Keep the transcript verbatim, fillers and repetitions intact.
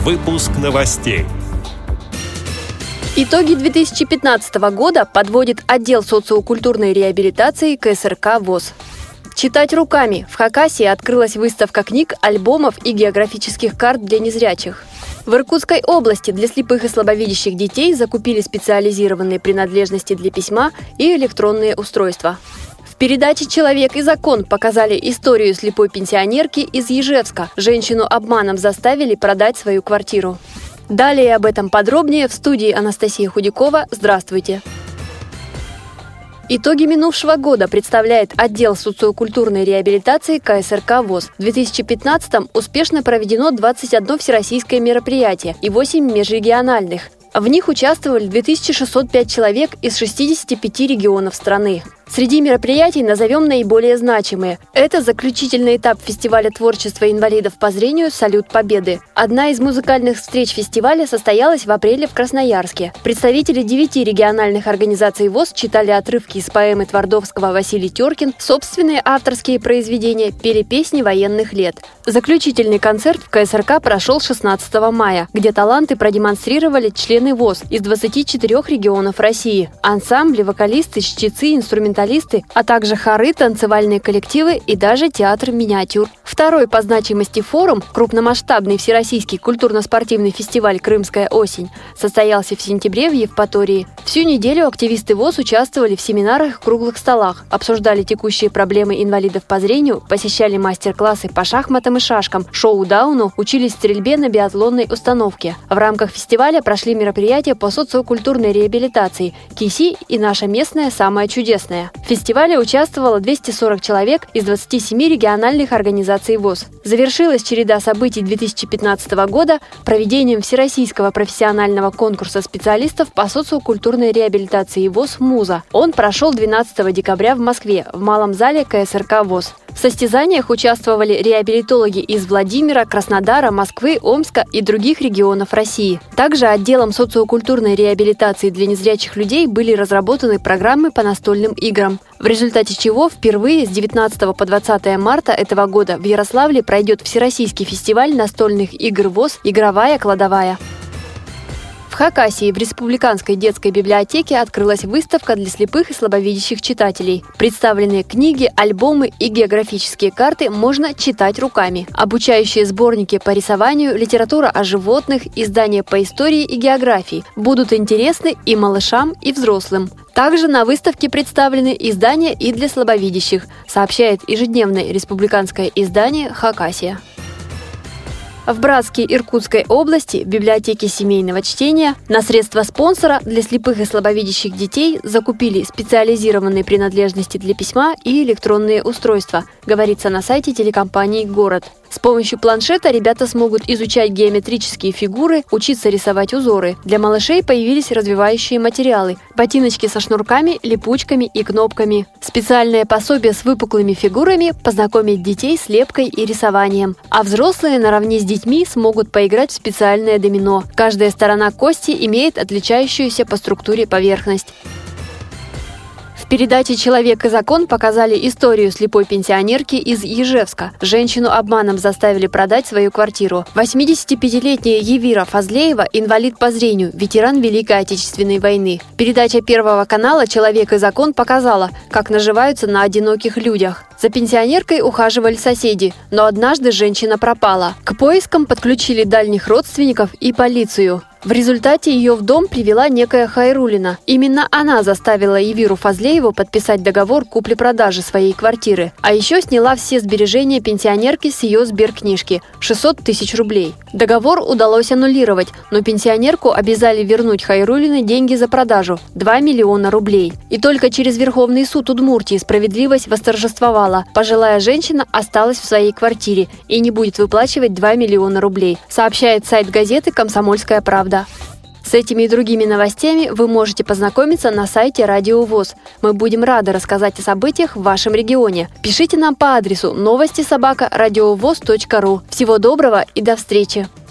Выпуск новостей. Итоги две тысячи пятнадцатого года подводит отдел социокультурной реабилитации ка эс эр ка ВОС. Читать руками. В Хакасии открылась выставка книг, альбомов и географических карт для незрячих. В Иркутской области для слепых и слабовидящих детей закупили специализированные принадлежности для письма и электронные устройства. В передаче «Человек и закон» показали историю слепой пенсионерки из Ижевска. Женщину обманом заставили продать свою квартиру. Далее об этом подробнее в студии Анастасия Худякова. Здравствуйте! Итоги минувшего года представляет отдел социокультурной реабилитации ка эс эр ка ВОС. В две тысячи пятнадцатом успешно проведено двадцать одно всероссийское мероприятие и восемь межрегиональных. В них участвовали две тысячи шестьсот пять человек из шестидесяти пяти регионов страны. Среди мероприятий назовем наиболее значимые. Это заключительный этап фестиваля творчества инвалидов по зрению «Салют Победы». Одна из музыкальных встреч фестиваля состоялась в апреле в Красноярске. Представители девяти региональных организаций ВОС читали отрывки из поэмы Твардовского «Василий Теркин», собственные авторские произведения, пели песни военных лет. Заключительный концерт в ка эс эр ка прошел шестнадцатого мая, где таланты продемонстрировали члены ВОС из двадцати четырёх регионов России. Ансамбли, вокалисты, чтецы, инструменталисты, а также хоры, танцевальные коллективы и даже театр миниатюр. Второй по значимости форум, крупномасштабный всероссийский культурно-спортивный фестиваль «Крымская осень», состоялся в сентябре в Евпатории. Всю неделю активисты ВОС участвовали в семинарах и круглых столах, обсуждали текущие проблемы инвалидов по зрению, посещали мастер-классы по шахматам и шашкам, шоу-дауну, учились стрельбе на биатлонной установке. В рамках фестиваля прошли мероприятия по социокультурной реабилитации «КИСИ» и «Наша местная самая чудесная». В фестивале участвовало двести сорок человек из двадцати семи региональных организаций ВОС. Завершилась череда событий две тысячи пятнадцатого года проведением Всероссийского профессионального конкурса специалистов по социокультурной реабилитации ВОС «МУЗа». Он прошел двенадцатого декабря в Москве в малом зале ка эс эр ка ВОС. В состязаниях участвовали реабилитологи из Владимира, Краснодара, Москвы, Омска и других регионов России. Также отделом социокультурной реабилитации для незрячих людей были разработаны программы по настольным играм, в результате чего впервые с девятнадцатого по двадцатое марта этого года в Ярославле пройдет Всероссийский фестиваль настольных игр ВОС «Игровая кладовая». В Хакасии в Республиканской детской библиотеке открылась выставка для слепых и слабовидящих читателей. Представленные книги, альбомы и географические карты можно читать руками. Обучающие сборники по рисованию, литература о животных, издания по истории и географии будут интересны и малышам, и взрослым. Также на выставке представлены издания и для слабовидящих, сообщает ежедневное республиканское издание «Хакасия». В Братске Иркутской области в библиотеке семейного чтения на средства спонсора для слепых и слабовидящих детей закупили специализированные принадлежности для письма и электронные устройства, говорится на сайте телекомпании «Город». С помощью планшета ребята смогут изучать геометрические фигуры, учиться рисовать узоры. Для малышей появились развивающие материалы – ботиночки со шнурками, липучками и кнопками. Специальное пособие с выпуклыми фигурами познакомит детей с лепкой и рисованием. А взрослые наравне с детьми смогут поиграть в специальное домино. Каждая сторона кости имеет отличающуюся по структуре поверхность. В передаче «Человек и закон» показали историю слепой пенсионерки из Ижевска. Женщину обманом заставили продать свою квартиру. восьмидесятипятилетняя Евира Фазлеева – инвалид по зрению, ветеран Великой Отечественной войны. Передача Первого канала «Человек и закон» показала, как наживаются на одиноких людях. За пенсионеркой ухаживали соседи, но однажды женщина пропала. К поискам подключили дальних родственников и полицию. В результате ее в дом привела некая Хайрулина. Именно она заставила Евиру Фазлееву подписать договор купли-продажи своей квартиры. А еще сняла все сбережения пенсионерки с ее сберкнижки – шестьсот тысяч рублей. Договор удалось аннулировать, но пенсионерку обязали вернуть Хайрулиной деньги за продажу – два миллиона рублей. И только через Верховный суд Удмуртии справедливость восторжествовала. Пожилая женщина осталась в своей квартире и не будет выплачивать два миллиона рублей, сообщает сайт газеты «Комсомольская правда». С этими и другими новостями вы можете познакомиться на сайте Радио ВОС. Мы будем рады рассказать о событиях в вашем регионе. Пишите нам по адресу новости собака радиовос точка ру. Всего доброго и до встречи!